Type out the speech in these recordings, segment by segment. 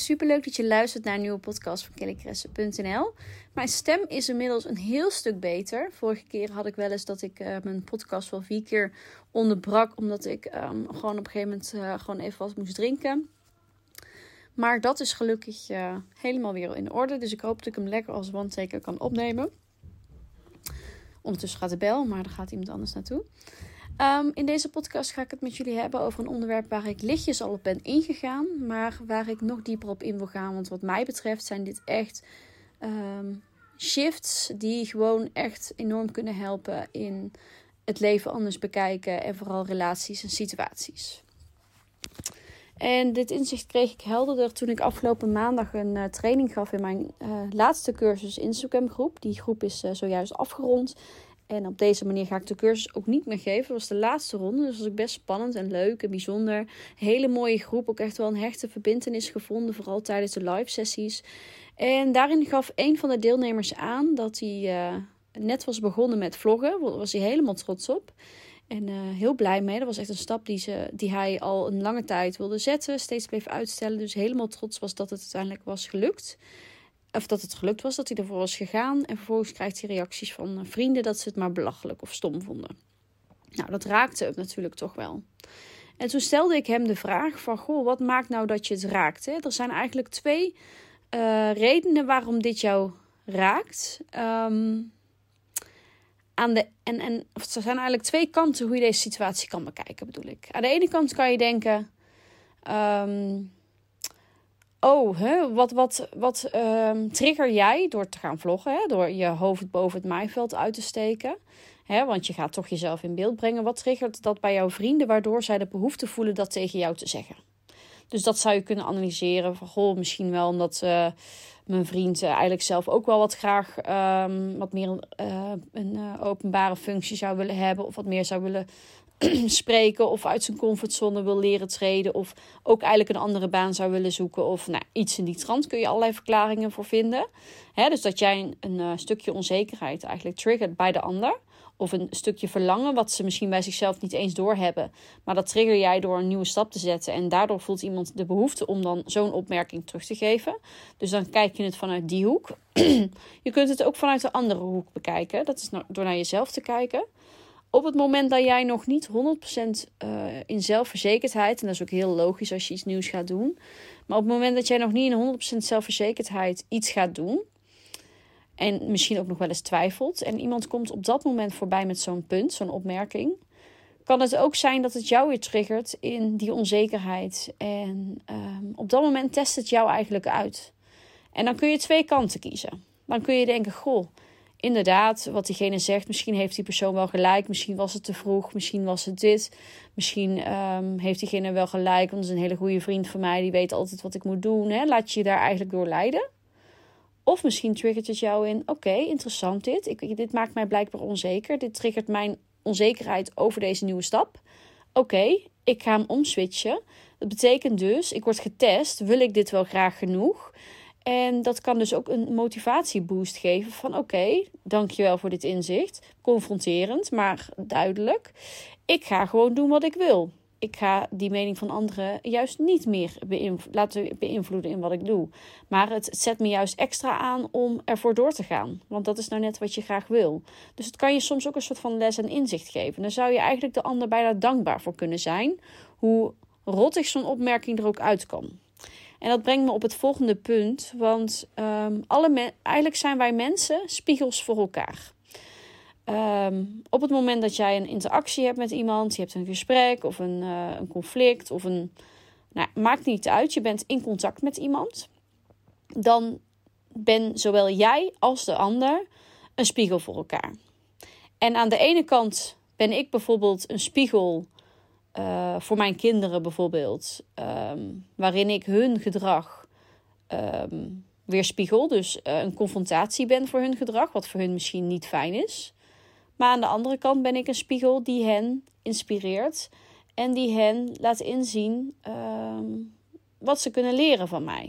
superleuk dat je luistert naar een nieuwe podcast van kellycressen.nl. Mijn stem is inmiddels een heel stuk beter. Vorige keer had ik wel eens dat ik mijn podcast wel 4 keer onderbrak. Omdat ik gewoon op een gegeven moment gewoon even wat moest drinken. Maar dat is gelukkig helemaal weer in orde. Dus ik hoop dat ik hem lekker als one-taker kan opnemen. Ondertussen gaat de bel, maar er gaat iemand anders naartoe. In deze podcast ga ik het met jullie hebben over een onderwerp waar ik lichtjes al op ben ingegaan. Maar waar ik nog dieper op in wil gaan. Want wat mij betreft zijn dit echt shifts die gewoon echt enorm kunnen helpen in het leven anders bekijken. En vooral relaties en situaties. En dit inzicht kreeg ik helderder toen ik afgelopen maandag een training gaf in mijn laatste cursus Instagram groep. Die groep is zojuist afgerond. En op deze manier ga ik de cursus ook niet meer geven. Dat was de laatste ronde, dus dat was ook best spannend en leuk en bijzonder. Hele mooie groep, ook echt wel een hechte verbintenis gevonden, vooral tijdens de live sessies. En daarin gaf een van de deelnemers aan dat hij net was begonnen met vloggen. Daar was hij helemaal trots op. En heel blij mee. Dat was echt een stap die hij al een lange tijd wilde zetten. Steeds bleef uitstellen. Dus helemaal trots was dat het uiteindelijk was gelukt. Of dat het gelukt was, dat hij ervoor was gegaan. En vervolgens krijgt hij reacties van vrienden dat ze het maar belachelijk of stom vonden. Nou, dat raakte hem natuurlijk toch wel. En toen stelde ik hem de vraag van, goh, wat maakt nou dat je het raakt? Hè? Er zijn eigenlijk 2 redenen waarom dit jou raakt. Er zijn eigenlijk 2 kanten hoe je deze situatie kan bekijken, bedoel ik. Aan de ene kant kan je denken, wat trigger jij door te gaan vloggen? Hè? Door je hoofd boven het maaiveld uit te steken. Hè? Want je gaat toch jezelf in beeld brengen. Wat triggert dat bij jouw vrienden, waardoor zij de behoefte voelen dat tegen jou te zeggen? Dus dat zou je kunnen analyseren. Van, goh, misschien wel omdat mijn vriend eigenlijk zelf ook wel wat graag wat meer een openbare functie zou willen hebben. Of wat meer zou willen spreken. Of uit zijn comfortzone wil leren treden. Of ook eigenlijk een andere baan zou willen zoeken. Of iets in die trant kun je allerlei verklaringen voor vinden. Dus dat jij een stukje onzekerheid eigenlijk triggert bij de ander. Of een stukje verlangen wat ze misschien bij zichzelf niet eens doorhebben. Maar dat trigger jij door een nieuwe stap te zetten. En daardoor voelt iemand de behoefte om dan zo'n opmerking terug te geven. Dus dan kijk je het vanuit die hoek. Je kunt het ook vanuit de andere hoek bekijken. Dat is door naar jezelf te kijken. Op het moment dat jij nog niet 100% in zelfverzekerdheid... en dat is ook heel logisch als je iets nieuws gaat doen. Maar op het moment dat jij nog niet in 100% zelfverzekerdheid iets gaat doen... en misschien ook nog wel eens twijfelt... en iemand komt op dat moment voorbij met zo'n punt, zo'n opmerking... kan het ook zijn dat het jou weer triggert in die onzekerheid. En op dat moment test het jou eigenlijk uit. En dan kun je 2 kanten kiezen. Dan kun je denken, goh, inderdaad, wat diegene zegt... misschien heeft die persoon wel gelijk, misschien was het te vroeg... misschien was het dit, misschien heeft diegene wel gelijk... want dat is een hele goede vriend van mij, die weet altijd wat ik moet doen. Hè? Laat je daar eigenlijk door leiden... Of misschien triggert het jou in, oké, interessant dit maakt mij blijkbaar onzeker. Dit triggert mijn onzekerheid over deze nieuwe stap. Oké, ik ga hem omswitchen. Dat betekent dus, ik word getest. Wil ik dit wel graag genoeg? En dat kan dus ook een motivatieboost geven van oké, dankjewel voor dit inzicht. Confronterend, maar duidelijk. Ik ga gewoon doen wat ik wil. Ik ga die mening van anderen juist niet meer laten beïnvloeden in wat ik doe. Maar het zet me juist extra aan om ervoor door te gaan. Want dat is nou net wat je graag wil. Dus het kan je soms ook een soort van les en inzicht geven. Dan zou je eigenlijk de ander bijna dankbaar voor kunnen zijn. Hoe rottig zo'n opmerking er ook uitkwam. En dat brengt me op het volgende punt. Want eigenlijk zijn wij mensen spiegels voor elkaar. Op het moment dat jij een interactie hebt met iemand, je hebt een gesprek of een conflict of maakt niet uit, je bent in contact met iemand, dan ben zowel jij als de ander een spiegel voor elkaar. En aan de ene kant ben ik bijvoorbeeld een spiegel voor mijn kinderen bijvoorbeeld, waarin ik hun gedrag weerspiegel, dus een confrontatie ben voor hun gedrag, wat voor hun misschien niet fijn is. Maar aan de andere kant ben ik een spiegel die hen inspireert en die hen laat inzien wat ze kunnen leren van mij.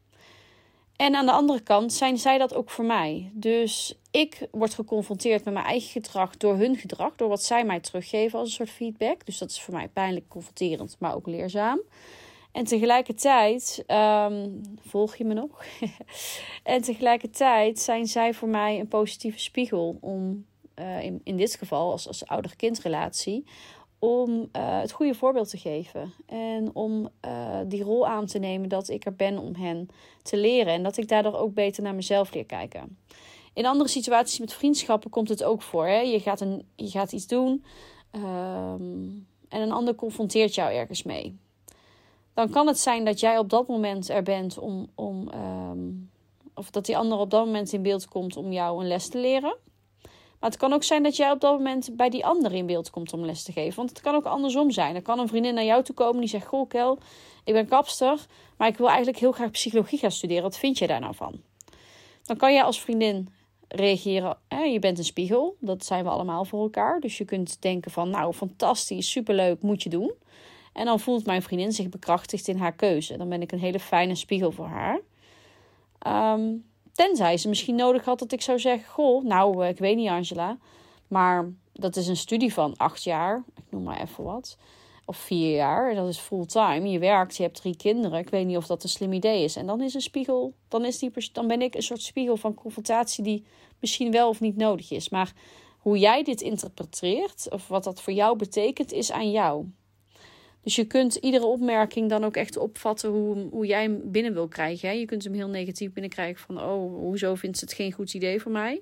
En aan de andere kant zijn zij dat ook voor mij. Dus ik word geconfronteerd met mijn eigen gedrag door hun gedrag, door wat zij mij teruggeven als een soort feedback. Dus dat is voor mij pijnlijk, confronterend, maar ook leerzaam. En tegelijkertijd, volg je me nog? En tegelijkertijd zijn zij voor mij een positieve spiegel om, in dit geval als ouder-kindrelatie, om het goede voorbeeld te geven. En om die rol aan te nemen dat ik er ben om hen te leren. En dat ik daardoor ook beter naar mezelf leer kijken. In andere situaties met vriendschappen komt het ook voor. Hè? Je gaat iets doen en een ander confronteert jou ergens mee. Dan kan het zijn dat jij op dat moment er bent of dat die ander op dat moment in beeld komt om jou een les te leren. Maar het kan ook zijn dat jij op dat moment bij die ander in beeld komt om les te geven. Want het kan ook andersom zijn. Er kan een vriendin naar jou toe komen die zegt: goh, Kel, ik ben kapster, maar ik wil eigenlijk heel graag psychologie gaan studeren. Wat vind je daar nou van? Dan kan jij als vriendin reageren. Je bent een spiegel. Dat zijn we allemaal voor elkaar. Dus je kunt denken van: nou, fantastisch, superleuk, moet je doen. En dan voelt mijn vriendin zich bekrachtigd in haar keuze. Dan ben ik een hele fijne spiegel voor haar. Tenzij ze misschien nodig had dat ik zou zeggen: goh, nou, ik weet niet, Angela, maar dat is een studie van 8 jaar. Ik noem maar even wat. Of 4 jaar. Dat is fulltime. Je werkt, je hebt 3 kinderen. Ik weet niet of dat een slim idee is. En dan is een spiegel, dan ben ik een soort spiegel van confrontatie die misschien wel of niet nodig is. Maar hoe jij dit interpreteert, of wat dat voor jou betekent, is aan jou. Dus je kunt iedere opmerking dan ook echt opvatten hoe jij hem binnen wil krijgen. Hè? Je kunt hem heel negatief binnenkrijgen van: oh, hoezo vindt ze het geen goed idee voor mij?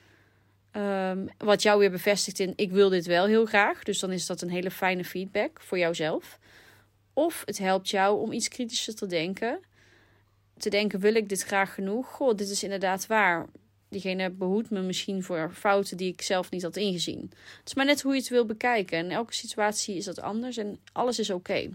Wat jou weer bevestigt in: ik wil dit wel heel graag. Dus dan is dat een hele fijne feedback voor jouzelf. Of het helpt jou om iets kritischer te denken. Te denken: wil ik dit graag genoeg? Goh, dit is inderdaad waar. Diegene behoedt me misschien voor fouten die ik zelf niet had ingezien. Het is maar net hoe je het wil bekijken. In elke situatie is dat anders en alles is oké.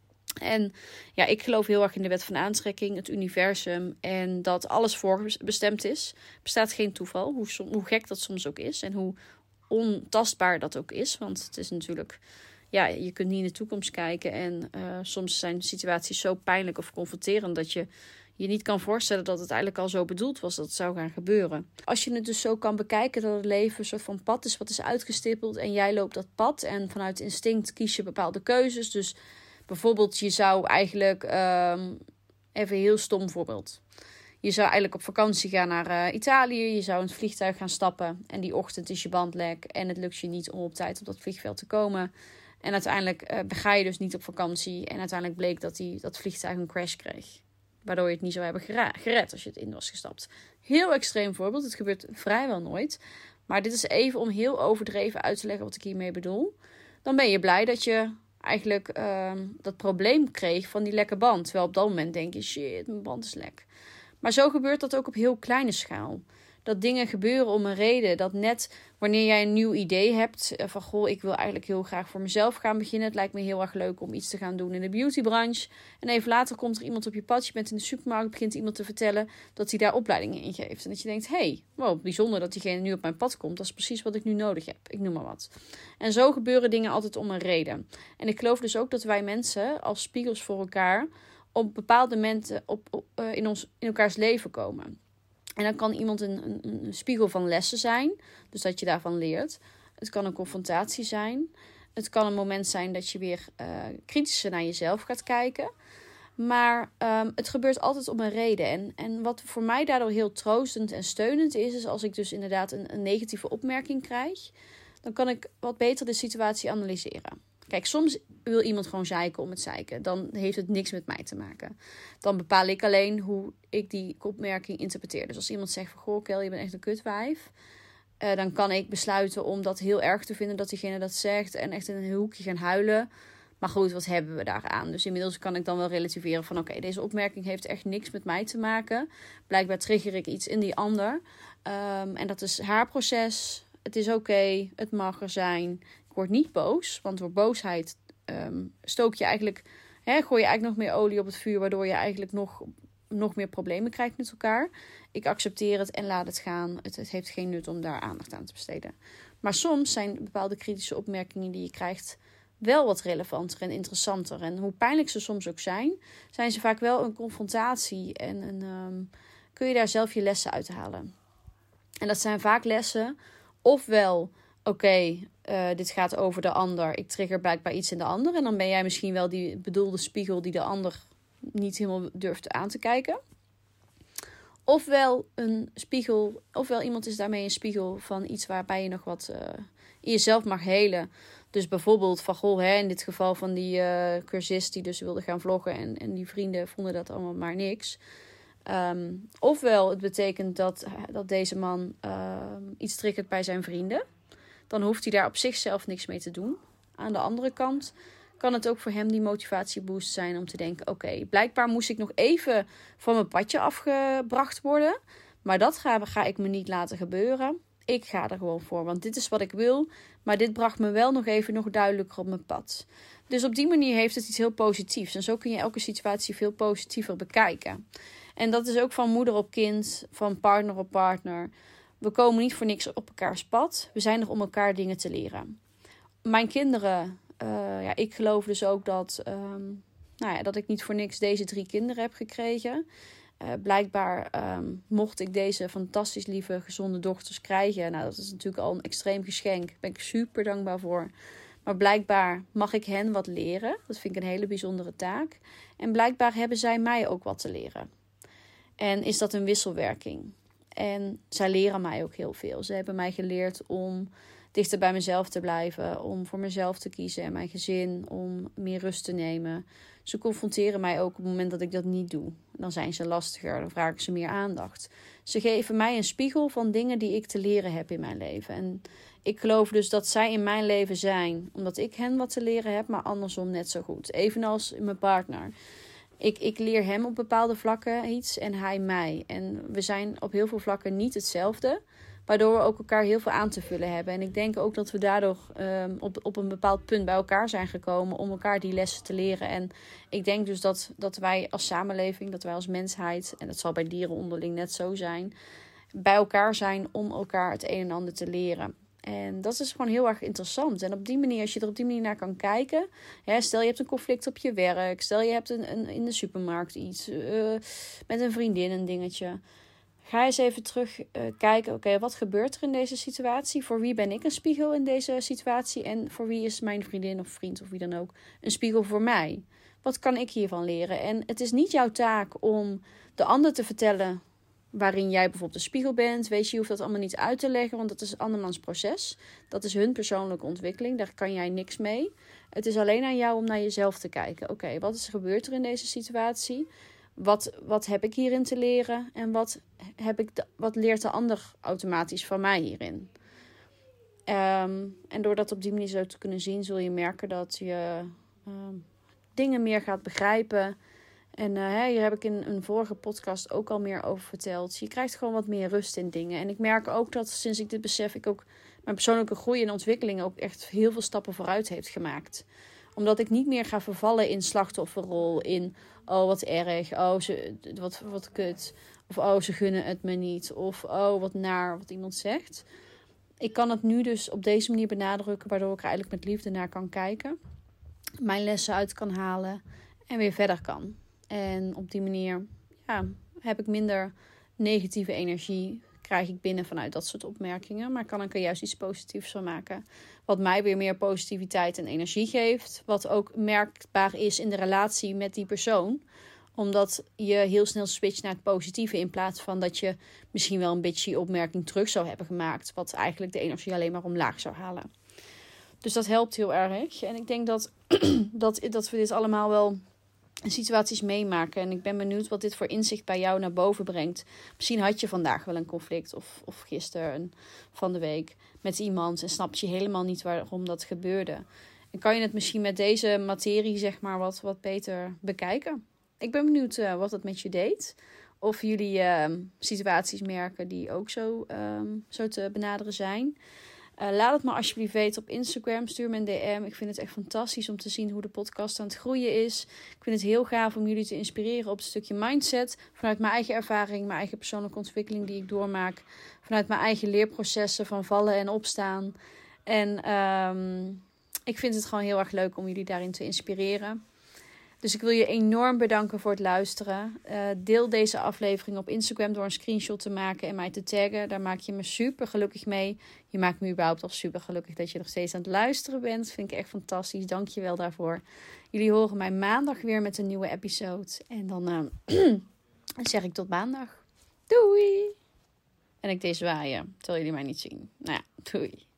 En ja, ik geloof heel erg in de wet van aantrekking, het universum en dat alles voorbestemd is. Er bestaat geen toeval, hoe gek dat soms ook is en hoe ontastbaar dat ook is. Want het is natuurlijk, ja, je kunt niet in de toekomst kijken en soms zijn situaties zo pijnlijk of confronterend dat je niet kan voorstellen dat het eigenlijk al zo bedoeld was dat het zou gaan gebeuren. Als je het dus zo kan bekijken dat het leven een soort van pad is wat is uitgestippeld en jij loopt dat pad en vanuit instinct kies je bepaalde keuzes. Dus bijvoorbeeld je zou eigenlijk, even een heel stom voorbeeld. Je zou eigenlijk op vakantie gaan naar Italië. Je zou in het vliegtuig gaan stappen en die ochtend is je band lek en het lukt je niet om op tijd op dat vliegveld te komen. En uiteindelijk ga je dus niet op vakantie en uiteindelijk bleek dat vliegtuig een crash kreeg. Waardoor je het niet zou hebben gered als je het in was gestapt. Heel extreem voorbeeld. Het gebeurt vrijwel nooit. Maar dit is even om heel overdreven uit te leggen wat ik hiermee bedoel. Dan ben je blij dat je eigenlijk dat probleem kreeg van die lekke band. Terwijl op dat moment denk je: shit, mijn band is lek. Maar zo gebeurt dat ook op heel kleine schaal. Dat dingen gebeuren om een reden. Dat net wanneer jij een nieuw idee hebt van: goh, ik wil eigenlijk heel graag voor mezelf gaan beginnen. Het lijkt me heel erg leuk om iets te gaan doen in de beautybranche. En even later komt er iemand op je pad. Je bent in de supermarkt, begint iemand te vertellen dat hij daar opleidingen in geeft. En dat je denkt: hey, wow, bijzonder dat diegene nu op mijn pad komt. Dat is precies wat ik nu nodig heb. Ik noem maar wat. En zo gebeuren dingen altijd om een reden. En ik geloof dus ook dat wij mensen als spiegels voor elkaar op bepaalde momenten in elkaars leven komen. En dan kan iemand een spiegel van lessen zijn. Dus dat je daarvan leert. Het kan een confrontatie zijn. Het kan een moment zijn dat je weer kritischer naar jezelf gaat kijken. Maar het gebeurt altijd om een reden. En wat voor mij daardoor heel troostend en steunend is als ik dus inderdaad een negatieve opmerking krijg, dan kan ik wat beter de situatie analyseren. Kijk, soms wil iemand gewoon zeiken om het zeiken. Dan heeft het niks met mij te maken. Dan bepaal ik alleen hoe ik die opmerking interpreteer. Dus als iemand zegt van: goh, Kel, je bent echt een kutwijf. Dan kan ik besluiten om dat heel erg te vinden dat diegene dat zegt. En echt in een hoekje gaan huilen. Maar goed, wat hebben we daaraan? Dus inmiddels kan ik dan wel relativeren van: oké, deze opmerking heeft echt niks met mij te maken. Blijkbaar trigger ik iets in die ander. En dat is haar proces. Het is oké, het mag er zijn. Ik word niet boos, want door boosheid stook je eigenlijk, gooi je eigenlijk nog meer olie op het vuur, waardoor je eigenlijk nog meer problemen krijgt met elkaar. Ik accepteer het en laat het gaan. Het heeft geen nut om daar aandacht aan te besteden. Maar soms zijn bepaalde kritische opmerkingen die je krijgt wel wat relevanter en interessanter. En hoe pijnlijk ze soms ook zijn ze vaak wel een confrontatie en kun je daar zelf je lessen uit halen. En dat zijn vaak lessen, ofwel: oké, dit gaat over de ander. Ik trigger blijkbaar iets in de ander. En dan ben jij misschien wel die bedoelde spiegel die de ander niet helemaal durft aan te kijken. Ofwel een spiegel, ofwel iemand is daarmee een spiegel van iets waarbij je nog wat in jezelf mag helen. Dus bijvoorbeeld van, goh, in dit geval van die cursist die dus wilde gaan vloggen en die vrienden vonden dat allemaal maar niks. Ofwel het betekent dat deze man iets triggert bij zijn vrienden. Dan hoeft hij daar op zichzelf niks mee te doen. Aan de andere kant kan het ook voor hem die motivatieboost zijn om te denken, oké, blijkbaar moest ik nog even van mijn padje afgebracht worden. Maar dat ga ik me niet laten gebeuren. Ik ga er gewoon voor, want dit is wat ik wil. Maar dit bracht me wel nog even nog duidelijker op mijn pad. Dus op die manier heeft het iets heel positiefs. En zo kun je elke situatie veel positiever bekijken. En dat is ook van moeder op kind, van partner op partner. We komen niet voor niks op elkaars pad. We zijn er om elkaar dingen te leren. Mijn kinderen, ik geloof dus ook dat ik niet voor niks deze 3 kinderen heb gekregen. Blijkbaar mocht ik deze fantastisch lieve, gezonde dochters krijgen. Nou, dat is natuurlijk al een extreem geschenk. Daar ben ik super dankbaar voor. Maar blijkbaar mag ik hen wat leren. Dat vind ik een hele bijzondere taak. En blijkbaar hebben zij mij ook wat te leren. En is dat een wisselwerking. En zij leren mij ook heel veel. Ze hebben mij geleerd om dichter bij mezelf te blijven. Om voor mezelf te kiezen en mijn gezin. Om meer rust te nemen. Ze confronteren mij ook op het moment dat ik dat niet doe. Dan zijn ze lastiger, dan vragen ze meer aandacht. Ze geven mij een spiegel van dingen die ik te leren heb in mijn leven. En ik geloof dus dat zij in mijn leven zijn, omdat ik hen wat te leren heb, maar andersom net zo goed. Evenals mijn partner. Ik leer hem op bepaalde vlakken iets en hij mij. En we zijn op heel veel vlakken niet hetzelfde. Waardoor we ook elkaar heel veel aan te vullen hebben. En ik denk ook dat we daardoor op een bepaald punt bij elkaar zijn gekomen om elkaar die lessen te leren. En ik denk dus dat wij als samenleving, dat wij als mensheid, en dat zal bij dieren onderling net zo zijn, bij elkaar zijn om elkaar het een en ander te leren. En dat is gewoon heel erg interessant. En op die manier, als je er op die manier naar kan kijken. Stel je hebt een conflict op je werk. Stel je hebt in de supermarkt iets. Met een vriendin een dingetje. Ga eens even terug kijken. Oké, wat gebeurt er in deze situatie? Voor wie ben ik een spiegel in deze situatie? En voor wie is mijn vriendin of vriend of wie dan ook een spiegel voor mij? Wat kan ik hiervan leren? En het is niet jouw taak om de ander te vertellen waarin jij bijvoorbeeld een spiegel bent. Weet je hoeft dat allemaal niet uit te leggen, want dat is andermans proces. Dat is hun persoonlijke ontwikkeling, daar kan jij niks mee. Het is alleen aan jou om naar jezelf te kijken. Oké, wat is er gebeurd er in deze situatie? Wat heb ik hierin te leren? En wat leert de ander automatisch van mij hierin? En door dat op die manier zo te kunnen zien, zul je merken dat je dingen meer gaat begrijpen. En hier heb ik in een vorige podcast ook al meer over verteld. Je krijgt gewoon wat meer rust in dingen. En ik merk ook dat sinds ik dit besef, ik ook mijn persoonlijke groei en ontwikkeling ook echt heel veel stappen vooruit heeft gemaakt. Omdat ik niet meer ga vervallen in slachtofferrol. In, oh wat erg, oh wat kut. Of oh ze gunnen het me niet. Of oh wat naar wat iemand zegt. Ik kan het nu dus op deze manier benadrukken, waardoor ik er eigenlijk met liefde naar kan kijken. Mijn lessen uit kan halen en weer verder kan. En op die manier heb ik minder negatieve energie, krijg ik binnen vanuit dat soort opmerkingen. Maar kan ik er juist iets positiefs van maken. Wat mij weer meer positiviteit en energie geeft. Wat ook merkbaar is in de relatie met die persoon. Omdat je heel snel switcht naar het positieve. In plaats van dat je misschien wel een bitchy opmerking terug zou hebben gemaakt. Wat eigenlijk de energie alleen maar omlaag zou halen. Dus dat helpt heel erg. En ik denk dat we dit allemaal wel situaties meemaken. En ik ben benieuwd wat dit voor inzicht bij jou naar boven brengt. Misschien had je vandaag wel een conflict of gisteren van de week met iemand en snap je helemaal niet waarom dat gebeurde. En kan je het misschien met deze materie zeg maar wat beter bekijken. Ik ben benieuwd wat het met je deed. Of jullie situaties merken die ook zo te benaderen zijn. Laat het maar alsjeblieft weten op Instagram. Stuur me een DM. Ik vind het echt fantastisch om te zien hoe de podcast aan het groeien is. Ik vind het heel gaaf om jullie te inspireren op het stukje mindset. Vanuit mijn eigen ervaring, mijn eigen persoonlijke ontwikkeling die ik doormaak. Vanuit mijn eigen leerprocessen van vallen en opstaan. En ik vind het gewoon heel erg leuk om jullie daarin te inspireren. Dus ik wil je enorm bedanken voor het luisteren. Deel deze aflevering op Instagram door een screenshot te maken en mij te taggen. Daar maak je me super gelukkig mee. Je maakt me überhaupt al super gelukkig dat je nog steeds aan het luisteren bent. Dat vind ik echt fantastisch. Dank je wel daarvoor. Jullie horen mij maandag weer met een nieuwe episode. En dan zeg ik tot maandag. Doei! En ik deed zwaaien, terwijl jullie mij niet zien. Nou ja, doei!